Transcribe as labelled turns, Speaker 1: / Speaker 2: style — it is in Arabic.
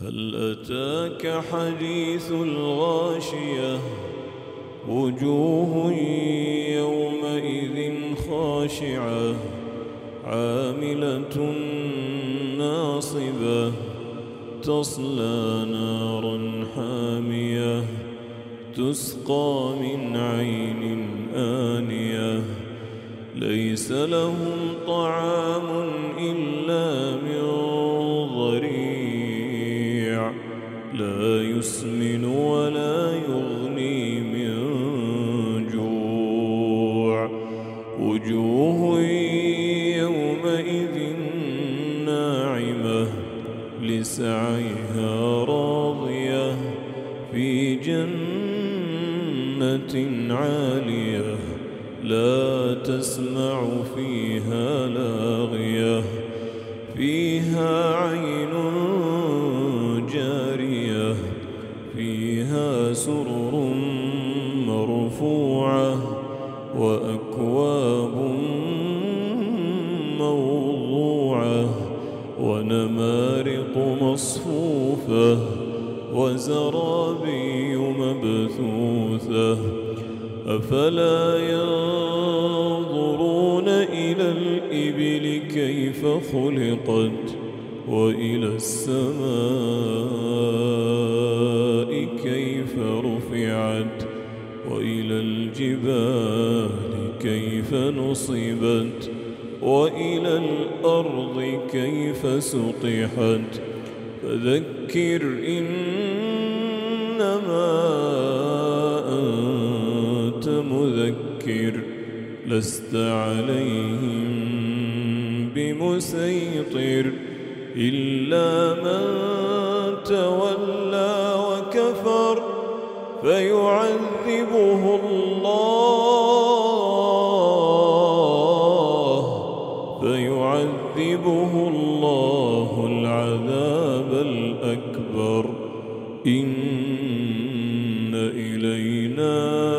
Speaker 1: هل أتاك حديث الغاشية وجوه يومئذ خاشعة عاملة ناصبة تصلى نارا حامية تسقى من عين آنية ليس لهم طعام إلا من ضريع لا يسمن ولا يغني من جوع وجوه يومئذ ناعمة لسعيها راضية في جنة عالية لا تسمع فيها لاغية فيها عين جارية فيها سرر مرفوعة وأكواب موضوعة ونمارق مصفوفة وزرابي مبثوثة أفلا ينظرون إلى الإبل كيف خلقت وإلى السماء كيف رفعت وإلى الجبال كيف نصبت وإلى الأرض كيف سطحت فذكر إنما أنت مذكر لست عليهم بمسيطر إلا من تولى وكفر فيعذبه الله العذاب الأكبر إن إلينا